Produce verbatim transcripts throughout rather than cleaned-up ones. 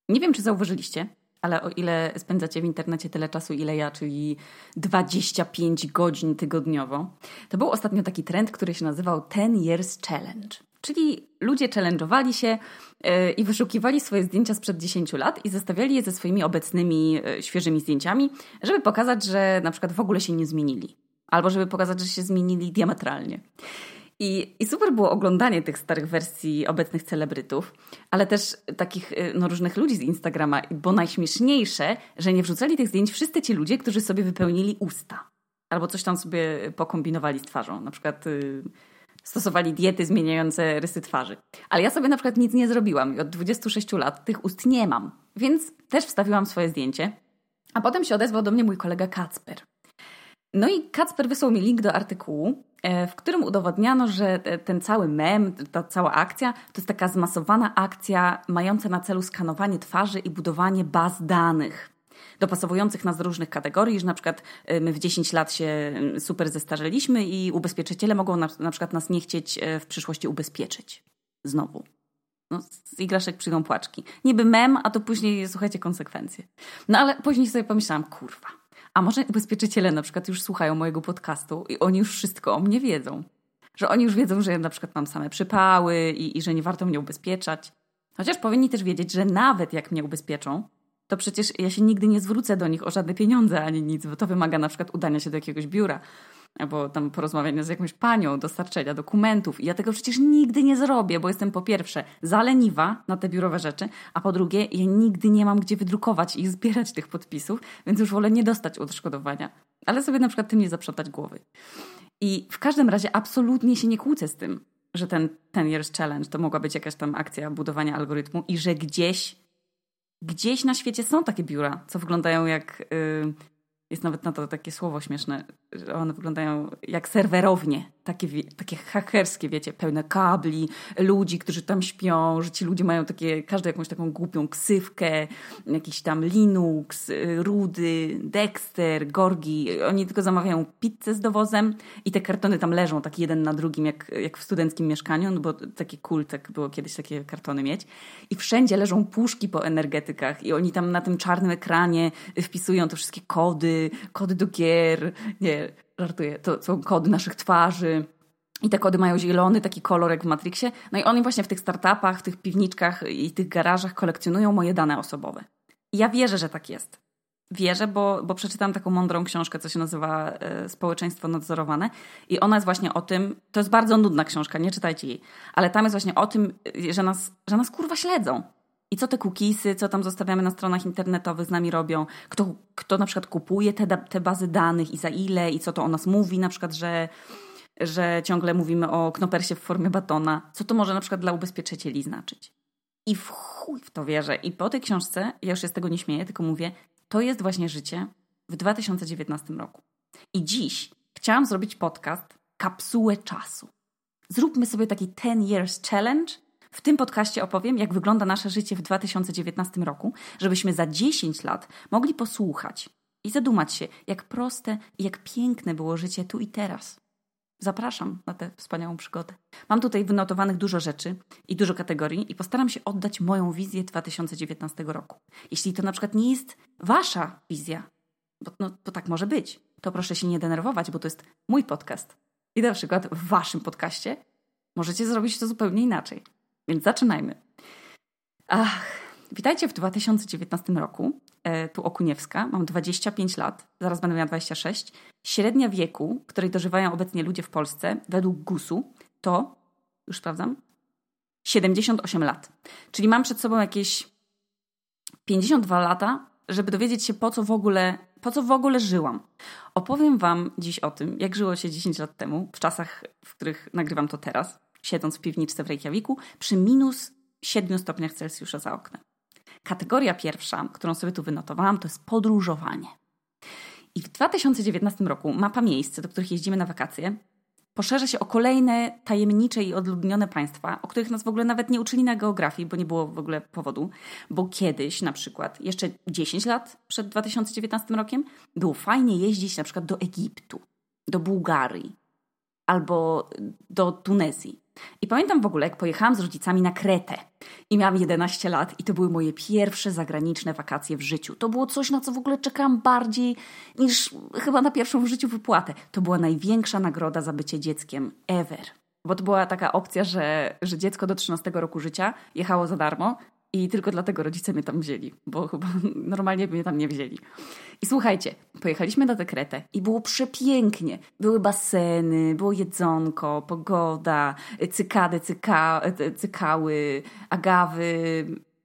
Nie wiem, czy zauważyliście, ale o ile spędzacie w internecie tyle czasu, ile ja, czyli dwadzieścia pięć godzin tygodniowo, to był ostatnio taki trend, który się nazywał ten years challenge. Czyli ludzie challenge'owali się yy, i wyszukiwali swoje zdjęcia sprzed dziesięciu lat i zestawiali je ze swoimi obecnymi, yy, świeżymi zdjęciami, żeby pokazać, że na przykład w ogóle się nie zmienili. Albo żeby pokazać, że się zmienili diametralnie. I, I super było oglądanie tych starych wersji obecnych celebrytów, ale też takich no, różnych ludzi z Instagrama, bo najśmieszniejsze, że nie wrzucali tych zdjęć wszyscy ci ludzie, którzy sobie wypełnili usta. Albo coś tam sobie pokombinowali z twarzą. Na przykład y, stosowali diety zmieniające rysy twarzy. Ale ja sobie na przykład nic nie zrobiłam i od dwudziestu sześciu lat tych ust nie mam. Więc też wstawiłam swoje zdjęcie. A potem się odezwał do mnie mój kolega Kacper. No i Kacper wysłał mi link do artykułu, w którym udowodniano, że ten cały mem, ta cała akcja to jest taka zmasowana akcja mająca na celu skanowanie twarzy i budowanie baz danych dopasowujących nas do różnych kategorii, że na przykład my w dziesięć lat się super zestarzeliśmy i ubezpieczyciele mogą na, na przykład nas nie chcieć w przyszłości ubezpieczyć. Znowu. No, z igraszek przyjdą płaczki. Niby mem, a to później, słuchajcie, konsekwencje. No ale później sobie pomyślałam, kurwa, a może ubezpieczyciele na przykład już słuchają mojego podcastu i oni już wszystko o mnie wiedzą. Że oni już wiedzą, że ja na przykład mam same przypały i, i że nie warto mnie ubezpieczać. Chociaż powinni też wiedzieć, że nawet jak mnie ubezpieczą, to przecież ja się nigdy nie zwrócę do nich o żadne pieniądze ani nic, bo to wymaga na przykład udania się do jakiegoś biura albo tam porozmawiania z jakąś panią, dostarczenia dokumentów. I ja tego przecież nigdy nie zrobię, bo jestem po pierwsze zaleniwa na te biurowe rzeczy, a po drugie ja nigdy nie mam gdzie wydrukować i zbierać tych podpisów, więc już wolę nie dostać odszkodowania. Ale sobie na przykład tym nie zaprzątać głowy. I w każdym razie absolutnie się nie kłócę z tym, że ten ten years challenge to mogła być jakaś tam akcja budowania algorytmu i że gdzieś, gdzieś na świecie są takie biura, co wyglądają jak... Yy, jest nawet na to takie słowo śmieszne, że one wyglądają jak serwerownie, takie, takie hakerskie, wiecie, pełne kabli, ludzi, którzy tam śpią, że ci ludzie mają takie, każdy jakąś taką głupią ksywkę, jakiś tam Linux, Rudy, Dexter, Gorgi. Oni tylko zamawiają pizzę z dowozem i te kartony tam leżą tak jeden na drugim, jak, jak w studenckim mieszkaniu, no bo taki cool, tak było kiedyś takie kartony mieć. I wszędzie leżą puszki po energetykach i oni tam na tym czarnym ekranie wpisują te wszystkie kody, kody do gier, nie, żartuję, to są kody naszych twarzy i te kody mają zielony, taki kolor jak w Matrixie. No i oni właśnie w tych startupach, w tych piwniczkach i tych garażach kolekcjonują moje dane osobowe. I ja wierzę, że tak jest. Wierzę, bo, bo przeczytałam taką mądrą książkę, co się nazywa e, Społeczeństwo nadzorowane i ona jest właśnie o tym, to jest bardzo nudna książka, nie czytajcie jej, ale tam jest właśnie o tym, że nas, że nas kurwa śledzą. I co te cookiesy, co tam zostawiamy na stronach internetowych z nami robią, kto, kto na przykład kupuje te, te bazy danych i za ile i co to o nas mówi, na przykład, że, że ciągle mówimy o knopersie w formie batona, co to może na przykład dla ubezpieczycieli znaczyć. I w chuj w to wierzę. I po tej książce, ja już się z tego nie śmieję, tylko mówię, to jest właśnie życie w dwa tysiące dziewiętnastym roku. I dziś chciałam zrobić podcast Kapsułę czasu. Zróbmy sobie taki ten years challenge. W tym podcaście opowiem, jak wygląda nasze życie w dwa tysiące dziewiętnastym roku, żebyśmy za dziesięć lat mogli posłuchać i zadumać się, jak proste i jak piękne było życie tu i teraz. Zapraszam na tę wspaniałą przygodę. Mam tutaj wynotowanych dużo rzeczy i dużo kategorii i postaram się oddać moją wizję dwa tysiące dziewiętnastego roku. Jeśli to na przykład nie jest wasza wizja, bo no, to tak może być, to proszę się nie denerwować, bo to jest mój podcast. I na przykład w waszym podcaście możecie zrobić to zupełnie inaczej. Więc zaczynajmy. Ach, witajcie w dwa tysiące dziewiętnastym roku. E, tu Okuniewska. Mam dwadzieścia pięć lat. Zaraz będę miała dwadzieścia sześć. Średnia wieku, której dożywają obecnie ludzie w Polsce, według gusu, to, już sprawdzam, siedemdziesiąt osiem lat. Czyli mam przed sobą jakieś pięćdziesiąt dwa lata, żeby dowiedzieć się, po co w ogóle, po co w ogóle żyłam. Opowiem wam dziś o tym, jak żyło się dziesięć lat temu, w czasach, w których nagrywam to teraz, siedząc w piwniczce w Reykjaviku, przy minus siedmiu stopniach Celsjusza za oknem. Kategoria pierwsza, którą sobie tu wynotowałam, to jest podróżowanie. I w dwa tysiące dziewiętnastym roku mapa miejsc, do których jeździmy na wakacje, poszerza się o kolejne tajemnicze i odludnione państwa, o których nas w ogóle nawet nie uczyli na geografii, bo nie było w ogóle powodu, bo kiedyś na przykład, jeszcze dziesięć lat przed dwa tysiące dziewiętnastym rokiem, było fajnie jeździć na przykład do Egiptu, do Bułgarii albo do Tunezji. I pamiętam w ogóle, jak pojechałam z rodzicami na Kretę i miałam jedenaście lat i to były moje pierwsze zagraniczne wakacje w życiu. To było coś, na co w ogóle czekałam bardziej niż chyba na pierwszą w życiu wypłatę. To była największa nagroda za bycie dzieckiem ever. Bo to była taka opcja, że, że dziecko do trzynastego roku życia jechało za darmo i tylko dlatego rodzice mnie tam wzięli, bo chyba normalnie by mnie tam nie wzięli. I słuchajcie, pojechaliśmy na tę Kretę i było przepięknie. Były baseny, było jedzonko, pogoda, cykady cyka, cykały, agawy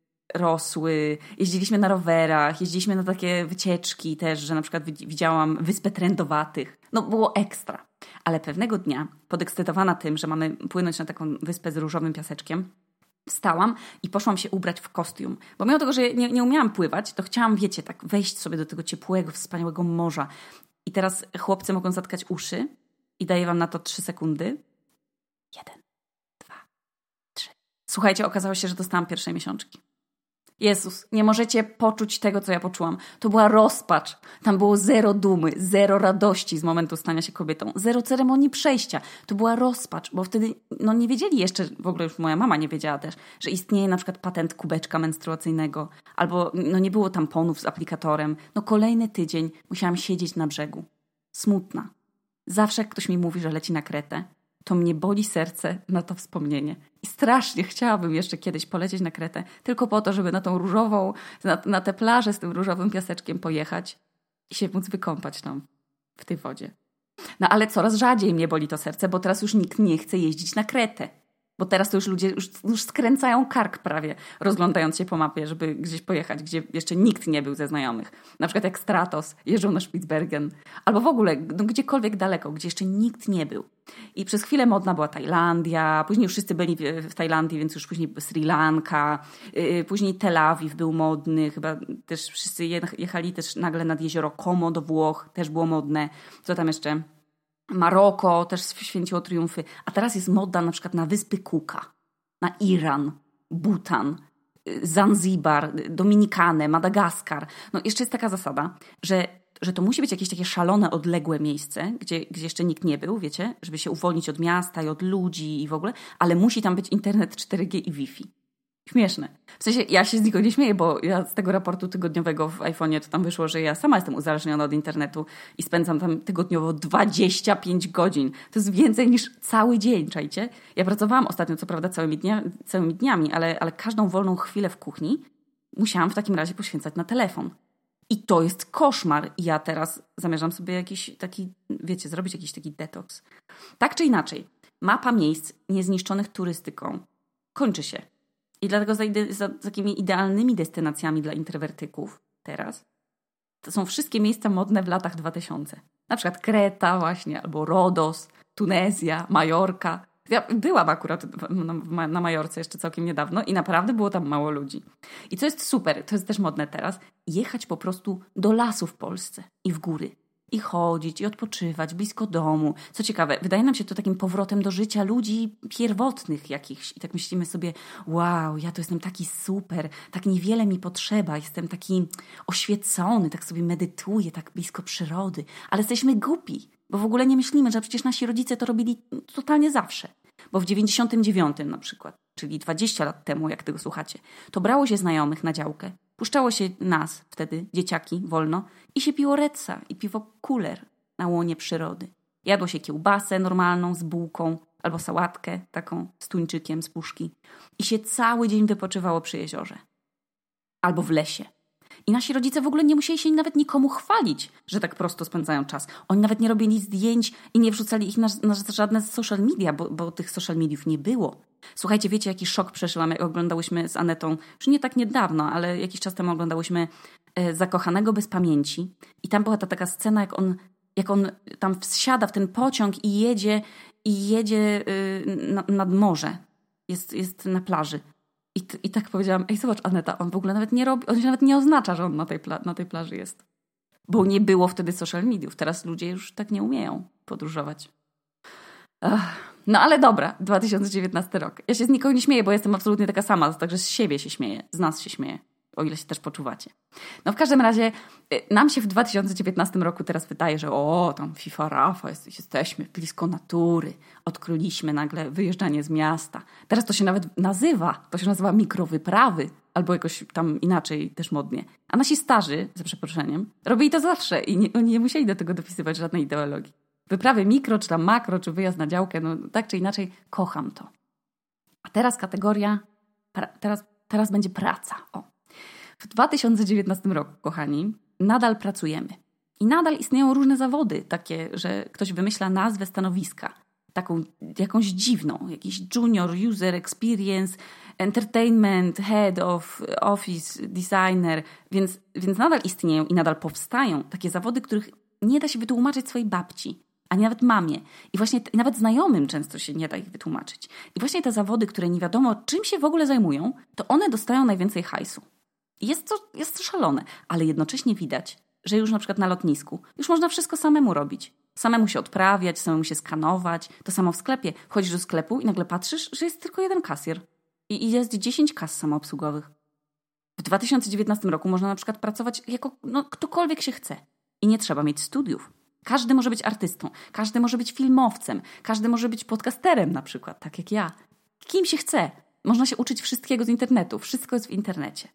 rosły. Jeździliśmy na rowerach, jeździliśmy na takie wycieczki też, że na przykład widziałam Wyspę Trędowatych. No było ekstra. Ale pewnego dnia, podekscytowana tym, że mamy płynąć na taką wyspę z różowym piaseczkiem, wstałam i poszłam się ubrać w kostium. Bo mimo tego, że nie, nie umiałam pływać, to chciałam, wiecie, tak wejść sobie do tego ciepłego, wspaniałego morza. I teraz chłopcy mogą zatkać uszy i daję wam na to trzy sekundy. Jeden, dwa, trzy. Słuchajcie, okazało się, że dostałam pierwszej miesiączki. Jezus, nie możecie poczuć tego, co ja poczułam. To była rozpacz. Tam było zero dumy, zero radości z momentu stania się kobietą, zero ceremonii przejścia. To była rozpacz, bo wtedy no nie wiedzieli jeszcze, w ogóle już moja mama nie wiedziała też, że istnieje na przykład patent kubeczka menstruacyjnego, albo no nie było tamponów z aplikatorem. No kolejny tydzień musiałam siedzieć na brzegu. Smutna. Zawsze jak ktoś mi mówi, że leci na Kretę, to mnie boli serce na to wspomnienie. I strasznie chciałabym jeszcze kiedyś polecieć na Kretę, tylko po to, żeby na tą różową, na, na tę plażę z tym różowym piaseczkiem pojechać i się móc wykąpać tam w tej wodzie. No ale coraz rzadziej mnie boli to serce, bo teraz już nikt nie chce jeździć na Kretę. Bo teraz to już ludzie już, już skręcają kark prawie, rozglądając się po mapie, żeby gdzieś pojechać, gdzie jeszcze nikt nie był ze znajomych. Na przykład jak Stratos, jeżdżą na Spitsbergen. Albo w ogóle no, gdziekolwiek daleko, gdzie jeszcze nikt nie był. I przez chwilę modna była Tajlandia, później już wszyscy byli w, w Tajlandii, więc już później Sri Lanka, yy, później Tel Awiw był modny, chyba też wszyscy jechali też nagle nad jezioro Como do Włoch, też było modne. Co tam jeszcze? Maroko też święciło triumfy, a teraz jest moda na przykład na Wyspy Kuka, na Iran, Butan, Zanzibar, Dominikanę, Madagaskar. No jeszcze jest taka zasada, że, że to musi być jakieś takie szalone, odległe miejsce, gdzie, gdzie jeszcze nikt nie był, wiecie, żeby się uwolnić od miasta i od ludzi i w ogóle, ale musi tam być internet cztery G i Wi-Fi. Śmieszne. W sensie ja się z niego nie śmieję, bo ja z tego raportu tygodniowego w iPhone'ie to tam wyszło, że ja sama jestem uzależniona od internetu i spędzam tam tygodniowo dwadzieścia pięć godzin. To jest więcej niż cały dzień, czajcie? Ja pracowałam ostatnio, co prawda, całymi, dnia, całymi dniami, ale, ale każdą wolną chwilę w kuchni musiałam w takim razie poświęcać na telefon. I to jest koszmar. I ja teraz zamierzam sobie jakiś taki, wiecie, zrobić jakiś taki detoks. Tak czy inaczej, mapa miejsc niezniszczonych turystyką kończy się. I dlatego za, ide- za takimi idealnymi destynacjami dla introwertyków teraz to są wszystkie miejsca modne w latach dwutysięcznych. Na przykład Kreta właśnie, albo Rodos, Tunezja, Majorka. Ja byłam akurat na, na Majorce jeszcze całkiem niedawno i naprawdę było tam mało ludzi. I co jest super, to jest też modne teraz, jechać po prostu do lasu w Polsce i w góry. I chodzić, i odpoczywać blisko domu. Co ciekawe, wydaje nam się to takim powrotem do życia ludzi pierwotnych jakichś. I tak myślimy sobie, wow, ja to jestem taki super, tak niewiele mi potrzeba, jestem taki oświecony, tak sobie medytuję, tak blisko przyrody. Ale jesteśmy głupi, bo w ogóle nie myślimy, że przecież nasi rodzice to robili totalnie zawsze. Bo w dziewięćdziesiątym dziewiątym na przykład, czyli dwadzieścia lat temu, jak tego słuchacie, to brało się znajomych na działkę, puszczało się nas wtedy, dzieciaki, wolno i się piło redsa i piwo Cooler na łonie przyrody. Jadło się kiełbasę normalną z bułką albo sałatkę taką z tuńczykiem z puszki i się cały dzień wypoczywało przy jeziorze albo w lesie. I nasi rodzice w ogóle nie musieli się nawet nikomu chwalić, że tak prosto spędzają czas. Oni nawet nie robili zdjęć i nie wrzucali ich na, na żadne social media, bo, bo tych social mediów nie było. Słuchajcie, wiecie, jaki szok przeżyłam, jak oglądałyśmy z Anetą, już nie tak niedawno, ale jakiś czas temu oglądałyśmy e, Zakochanego bez pamięci. I tam była ta taka scena, jak on, jak on tam wsiada w ten pociąg i jedzie, i jedzie y, na, nad morze. Jest, jest na plaży. I, t- I tak powiedziałam, ej zobacz Aneta, on w ogóle nawet nie robi, on się nawet nie oznacza, że on na tej, pla- na tej plaży jest. Bo nie było wtedy social mediów. Teraz ludzie już tak nie umieją podróżować. Ach. No ale dobra, dwa tysiące dziewiętnasty rok. Ja się z nikogo nie śmieję, bo jestem absolutnie taka sama, także z siebie się śmieję, z nas się śmieję. o ile się też poczuwacie. No w każdym razie nam się w dwa tysiące dziewiętnastym roku teraz wydaje, że o, tam FIFA Rafa, jest, jesteśmy blisko natury. Odkryliśmy nagle wyjeżdżanie z miasta. Teraz to się nawet nazywa, to się nazywa mikrowyprawy, albo jakoś tam inaczej też modnie. A nasi starzy, za przeproszeniem, robili to zawsze i nie, nie musieli do tego dopisywać żadnej ideologii. Wyprawy mikro, czy tam makro, czy wyjazd na działkę, no tak czy inaczej, kocham to. A teraz kategoria, pra, teraz, teraz będzie praca. O. W dwa tysiące dziewiętnastym roku, kochani, nadal pracujemy. I nadal istnieją różne zawody, takie, że ktoś wymyśla nazwę stanowiska. Taką jakąś dziwną, jakiś junior, user experience, entertainment, head of office, designer. Więc, więc nadal istnieją i nadal powstają takie zawody, których nie da się wytłumaczyć swojej babci, ani nawet mamie. I właśnie t- nawet znajomym często się nie da ich wytłumaczyć. I właśnie te zawody, które nie wiadomo czym się w ogóle zajmują, to one dostają najwięcej hajsu. I jest to, jest to szalone, ale jednocześnie widać, że już na przykład na lotnisku już można wszystko samemu robić. Samemu się odprawiać, samemu się skanować. To samo w sklepie. Wchodzisz do sklepu i nagle patrzysz, że jest tylko jeden kasjer. I, i jest dziesięć kas samoobsługowych. W dwa tysiące dziewiętnastym roku można na przykład pracować jako no, ktokolwiek się chce. I nie trzeba mieć studiów. Każdy może być artystą, każdy może być filmowcem, każdy może być podcasterem na przykład, tak jak ja. Kim się chce. Można się uczyć wszystkiego z internetu. Wszystko jest w internecie.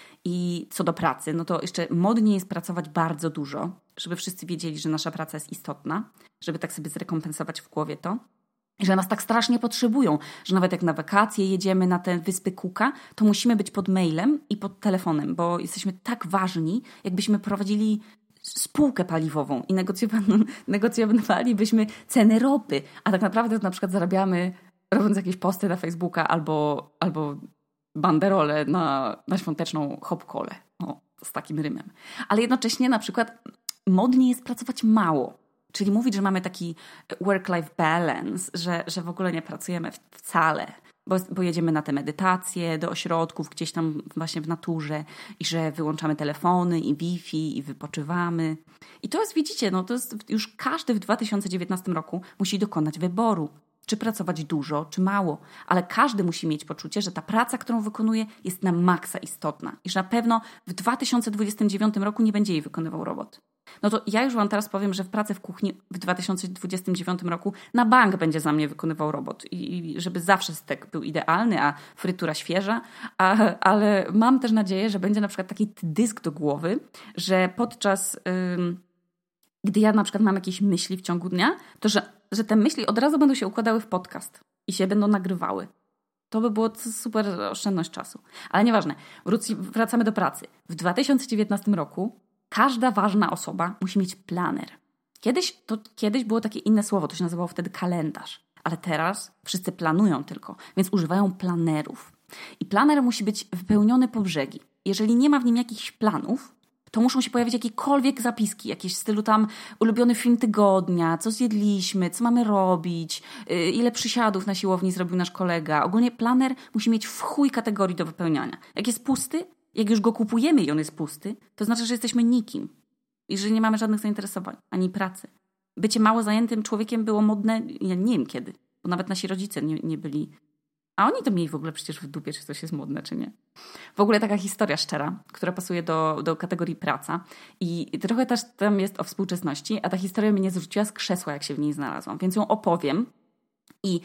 I co do pracy, no to jeszcze modnie jest pracować bardzo dużo, żeby wszyscy wiedzieli, że nasza praca jest istotna, żeby tak sobie zrekompensować w głowie to. I że nas tak strasznie potrzebują, że nawet jak na wakacje jedziemy na te wyspy Cooka, to musimy być pod mailem i pod telefonem, bo jesteśmy tak ważni, jakbyśmy prowadzili spółkę paliwową i negocjowalibyśmy ceny ropy, a tak naprawdę to na przykład zarabiamy robiąc jakieś posty na Facebooka albo, albo banderole na, na świąteczną hop-kolę. O, z takim rymem. Ale jednocześnie na przykład modnie jest pracować mało. Czyli mówić, że mamy taki work-life balance, że, że w ogóle nie pracujemy wcale, bo, bo jedziemy na te medytacje do ośrodków gdzieś tam właśnie w naturze i że wyłączamy telefony i Wi-Fi i wypoczywamy. I to jest, widzicie, no to jest już każdy w dwa tysiące dziewiętnastym roku musi dokonać wyboru. Czy pracować dużo, czy mało. Ale każdy musi mieć poczucie, że ta praca, którą wykonuje, jest na maksa istotna. I że na pewno w dwa tysiące dwudziestym dziewiątym roku nie będzie jej wykonywał robot. No to ja już wam teraz powiem, że w pracy w kuchni w dwa tysiące dwudziestym dziewiątym roku na bank będzie za mnie wykonywał robot. I, i żeby zawsze stek był idealny, a frytura świeża. A, ale mam też nadzieję, że będzie na przykład taki dysk do głowy, że podczas... Ym, gdy ja na przykład mam jakieś myśli w ciągu dnia, to że, że te myśli od razu będą się układały w podcast i się będą nagrywały. To by było super oszczędność czasu. Ale nieważne, wróci, wracamy do pracy. W dwa tysiące dziewiętnastym roku każda ważna osoba musi mieć planer. Kiedyś, to, kiedyś było takie inne słowo, to się nazywało wtedy kalendarz. Ale teraz wszyscy planują tylko, więc używają planerów. I planer musi być wypełniony po brzegi. Jeżeli nie ma w nim jakichś planów, to muszą się pojawić jakiekolwiek zapiski, jakieś w stylu tam ulubiony film tygodnia, co zjedliśmy, co mamy robić, yy, ile przysiadów na siłowni zrobił nasz kolega. Ogólnie planer musi mieć w chuj kategorii do wypełniania. Jak jest pusty, jak już go kupujemy i on jest pusty, to znaczy, że jesteśmy nikim i że nie mamy żadnych zainteresowań, ani pracy. Bycie mało zajętym człowiekiem było modne, ja nie wiem kiedy, bo nawet nasi rodzice nie, nie byli... A oni to mieli w ogóle przecież w dupie, czy coś jest modne, czy nie. W ogóle taka historia szczera, która pasuje do, do kategorii praca. I trochę też tam jest o współczesności, a ta historia mnie nie zrzuciła z krzesła, jak się w niej znalazłam. Więc ją opowiem i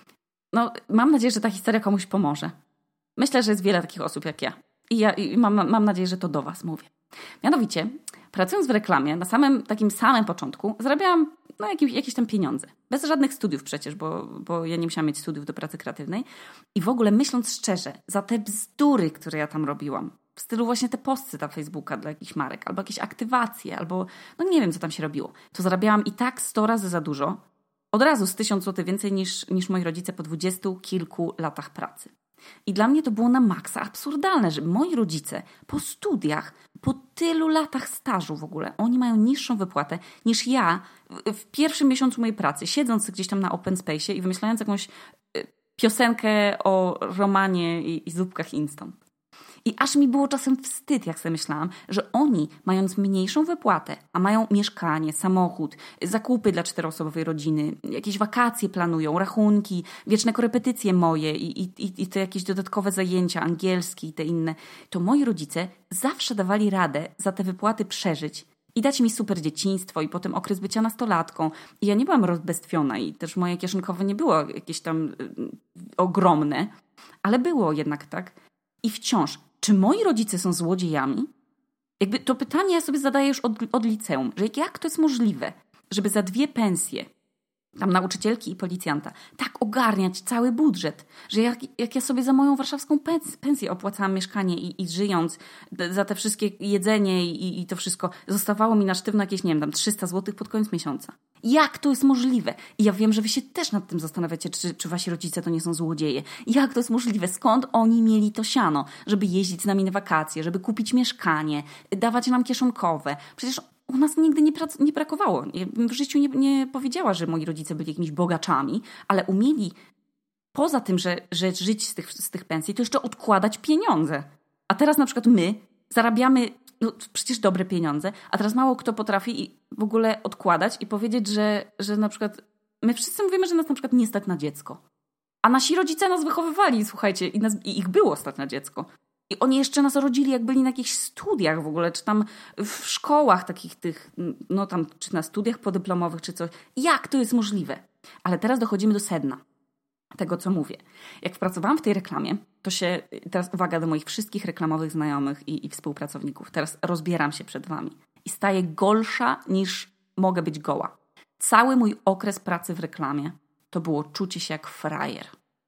no, mam nadzieję, że ta historia komuś pomoże. Myślę, że jest wiele takich osób jak ja. I ja i mam, mam nadzieję, że to do was mówię. Mianowicie, pracując w reklamie, na samym takim samym początku zarabiałam no, jakieś, jakieś tam pieniądze. Bez żadnych studiów przecież, bo, bo ja nie musiałam mieć studiów do pracy kreatywnej. I w ogóle myśląc szczerze, za te bzdury, które ja tam robiłam, w stylu właśnie te posty na Facebooka dla jakichś marek, albo jakieś aktywacje, albo no nie wiem, co tam się robiło, to zarabiałam i tak sto razy za dużo, od razu z tysiąc złotych więcej niż, niż moi rodzice po dwudziestu kilku latach pracy. I dla mnie to było na maksa absurdalne, że moi rodzice po studiach, po tylu latach stażu w ogóle, oni mają niższą wypłatę niż ja w pierwszym miesiącu mojej pracy, siedząc gdzieś tam na open space'ie i wymyślając jakąś piosenkę o romanie i, i zupkach instant. I aż mi było czasem wstyd, jak sobie myślałam, że oni, mając mniejszą wypłatę, a mają mieszkanie, samochód, zakupy dla czteroosobowej rodziny, jakieś wakacje planują, rachunki, wieczne korepetycje moje i, i, i te jakieś dodatkowe zajęcia, angielski i te inne, to moi rodzice zawsze dawali radę za te wypłaty przeżyć i dać mi super dzieciństwo i potem okres bycia nastolatką. I ja nie byłam rozbestwiona i też moje kieszonkowe nie było jakieś tam y, ogromne, ale było jednak, tak? I wciąż, czy moi rodzice są złodziejami? Jakby to pytanie ja sobie zadaję już od, od liceum, że jak to jest możliwe, żeby za dwie pensje, tam nauczycielki i policjanta, tak ogarniać cały budżet, że jak, jak ja sobie za moją warszawską pens- pensję opłacałam mieszkanie i, i żyjąc za te wszystkie jedzenie i, i to wszystko, zostawało mi na sztywno jakieś, nie wiem, tam trzysta złotych pod koniec miesiąca. Jak to jest możliwe? I ja wiem, że wy się też nad tym zastanawiacie, czy, czy wasi rodzice to nie są złodzieje. Jak to jest możliwe? Skąd oni mieli to siano, żeby jeździć z nami na wakacje, żeby kupić mieszkanie, dawać nam kieszonkowe? Przecież u nas nigdy nie, prac- nie brakowało. Ja bym w życiu nie, nie powiedziała, że moi rodzice byli jakimiś bogaczami, ale umieli poza tym, że, że żyć z tych, z tych pensji, to jeszcze odkładać pieniądze. A teraz na przykład my zarabiamy no, przecież dobre pieniądze, a teraz mało kto potrafi w ogóle odkładać i powiedzieć, że, że na przykład my wszyscy mówimy, że nas na przykład nie stać na dziecko. A nasi rodzice nas wychowywali, słuchajcie, i, nas, i ich było stać na dziecko. I oni jeszcze nas rodzili, jak byli na jakichś studiach w ogóle, czy tam w szkołach takich tych, no tam, czy na studiach podyplomowych, czy coś. Jak to jest możliwe? Ale teraz dochodzimy do sedna tego, co mówię. Jak pracowałam w tej reklamie, to się, teraz uwaga do moich wszystkich reklamowych znajomych i, i współpracowników, teraz rozbieram się przed wami i staję golsza niż mogę być goła. Cały mój okres pracy w reklamie to było czucie się jak frajer.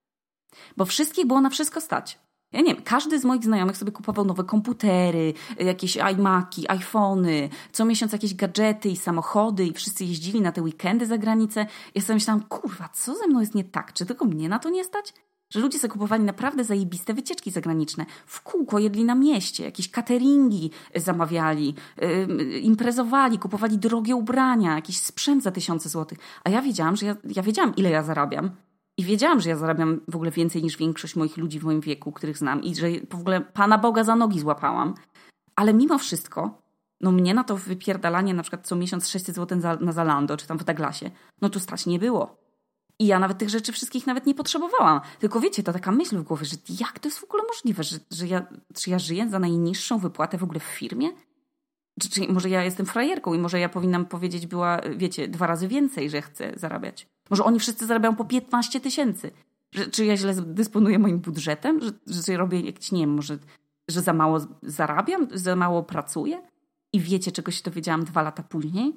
Bo wszystkich było na wszystko stać. Ja nie wiem, każdy z moich znajomych sobie kupował nowe komputery, jakieś iMaki, iPhony, co miesiąc jakieś gadżety i samochody i wszyscy jeździli na te weekendy za granicę. Ja sobie myślałam, kurwa, co ze mną jest nie tak? Czy tylko mnie na to nie stać? Że ludzie sobie kupowali naprawdę zajebiste wycieczki zagraniczne. W kółko jedli na mieście, jakieś cateringi zamawiali, yy, imprezowali, kupowali drogie ubrania, jakiś sprzęt za tysiące złotych. A ja wiedziałam, że ja, ja wiedziałam, ile ja zarabiam. I wiedziałam, że ja zarabiam w ogóle więcej niż większość moich ludzi w moim wieku, których znam i że w ogóle Pana Boga za nogi złapałam. Ale mimo wszystko, no mnie na to wypierdalanie na przykład co miesiąc sześćset złotych za, na Zalando czy tam w Douglasie, no to stać nie było. I ja nawet tych rzeczy wszystkich nawet nie potrzebowałam. Tylko wiecie, to taka myśl w głowie, że jak to jest w ogóle możliwe, że, że ja, czy ja żyję za najniższą wypłatę w ogóle w firmie? Czy, czy może ja jestem frajerką i może ja powinnam powiedzieć była, wiecie, dwa razy więcej, że chcę zarabiać. Może oni wszyscy zarabiają po piętnaście tysięcy. Czy ja źle dysponuję moim budżetem? Że, że robię jakieś, nie wiem, może, że za mało zarabiam? Za mało pracuję? I wiecie, czego się dowiedziałam dwa lata później?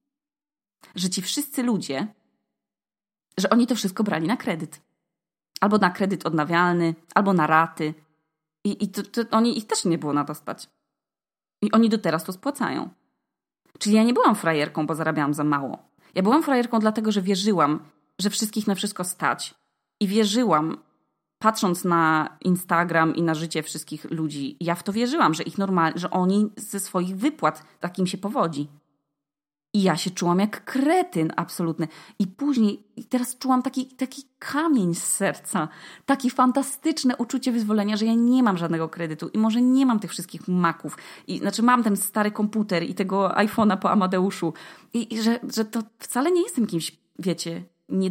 Że ci wszyscy ludzie, że oni to wszystko brali na kredyt. Albo na kredyt odnawialny, albo na raty. I, i to, to oni ich też nie było na to stać. I oni do teraz to spłacają. Czyli ja nie byłam frajerką, bo zarabiałam za mało. Ja byłam frajerką dlatego, że wierzyłam, że wszystkich na wszystko stać. I wierzyłam, patrząc na Instagram i na życie wszystkich ludzi, ja w to wierzyłam, że ich normal, że oni ze swoich wypłat takim się powodzi. I ja się czułam jak kretyn absolutny. I później, i teraz czułam taki, taki kamień z serca, takie fantastyczne uczucie wyzwolenia, że ja nie mam żadnego kredytu i może nie mam tych wszystkich maków. I, znaczy mam ten stary komputer i tego iPhone'a po Amadeuszu. I, i że, że to wcale nie jestem kimś, wiecie,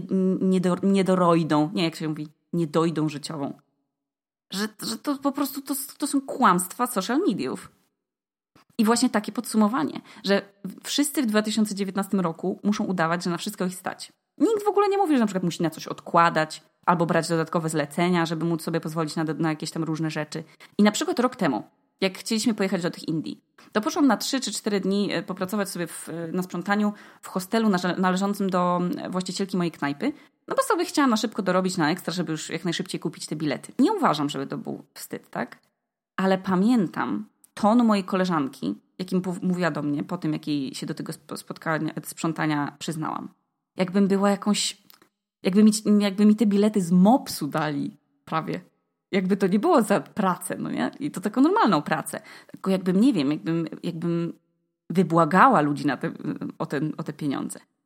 niedorojdą, nie jak się mówi, niedojdą życiową. Że, że to po prostu to, to są kłamstwa social mediów. I właśnie takie podsumowanie, że wszyscy w dwa tysiące dziewiętnastym roku muszą udawać, że na wszystko ich stać. Nikt w ogóle nie mówi, że na przykład musi na coś odkładać albo brać dodatkowe zlecenia, żeby móc sobie pozwolić na, na jakieś tam różne rzeczy. I na przykład rok temu, jak chcieliśmy pojechać do tych Indii, to poszłam na trzy czy cztery dni popracować sobie w, na sprzątaniu w hostelu należącym do właścicielki mojej knajpy, no bo sobie chciałam na szybko dorobić na ekstra, żeby już jak najszybciej kupić te bilety. Nie uważam, żeby to był wstyd, tak? Ale pamiętam ton mojej koleżanki, jakim mówiła do mnie po tym, jak jej się do tego spotkania, sprzątania przyznałam. Jakbym była jakąś... Jakby mi, jakby mi te bilety z mopsu dali prawie. Jakby to nie było za pracę, no nie? I to taką normalną pracę. Tylko jakbym, nie wiem, jakbym, jakbym wybłagała ludzi na te, o, te, o te pieniądze.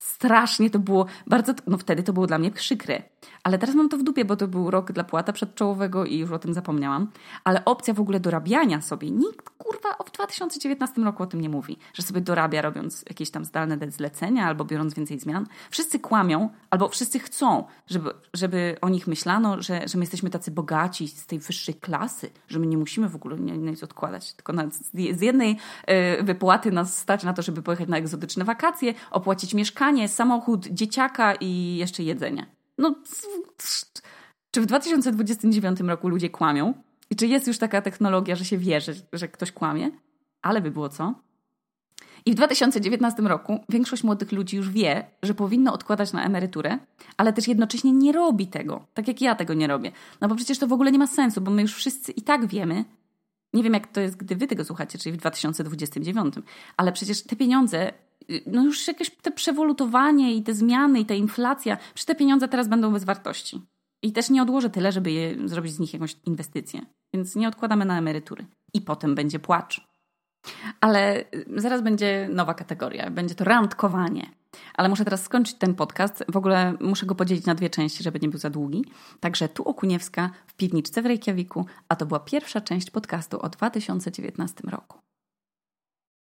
Strasznie to było, bardzo, no wtedy to było dla mnie przykre. Ale teraz mam to w dupie, bo to był rok dla płata przedczołowego i już o tym zapomniałam. Ale opcja w ogóle dorabiania sobie, nikt kurwa w dwa tysiące dziewiętnastym roku o tym nie mówi, że sobie dorabia robiąc jakieś tam zdalne zlecenia albo biorąc więcej zmian. Wszyscy kłamią albo wszyscy chcą, żeby, żeby o nich myślano, że, że my jesteśmy tacy bogaci z tej wyższej klasy, że my nie musimy w ogóle nic odkładać. Tylko na, z jednej y, wypłaty nas stać na to, żeby pojechać na egzotyczne wakacje, opłacić mieszkanie, samochód, dzieciaka i jeszcze jedzenie. No, czy w dwa tysiące dwudziestym dziewiątym roku ludzie kłamią? I czy jest już taka technologia, że się wie, że, że ktoś kłamie? Ale by było co? I w dwa tysiące dziewiętnastym roku większość młodych ludzi już wie, że powinno odkładać na emeryturę, ale też jednocześnie nie robi tego, tak jak ja tego nie robię. No bo przecież to w ogóle nie ma sensu, bo my już wszyscy i tak wiemy, nie wiem jak to jest, gdy wy tego słuchacie, czyli w dwa tysiące dwudziestym dziewiątym, ale przecież te pieniądze, no już jakieś te przewolutowanie i te zmiany i ta inflacja, przecież te pieniądze teraz będą bez wartości. I też nie odłożę tyle, żeby je, zrobić z nich jakąś inwestycję. Więc nie odkładamy na emerytury. I potem będzie płacz. Ale zaraz będzie nowa kategoria. Będzie to randkowanie. Ale muszę teraz skończyć ten podcast. W ogóle muszę go podzielić na dwie części, żeby nie był za długi. Także tu Okuniewska w piwniczce w Reykjaviku, a to była pierwsza część podcastu o dwa tysiące dziewiętnastym roku.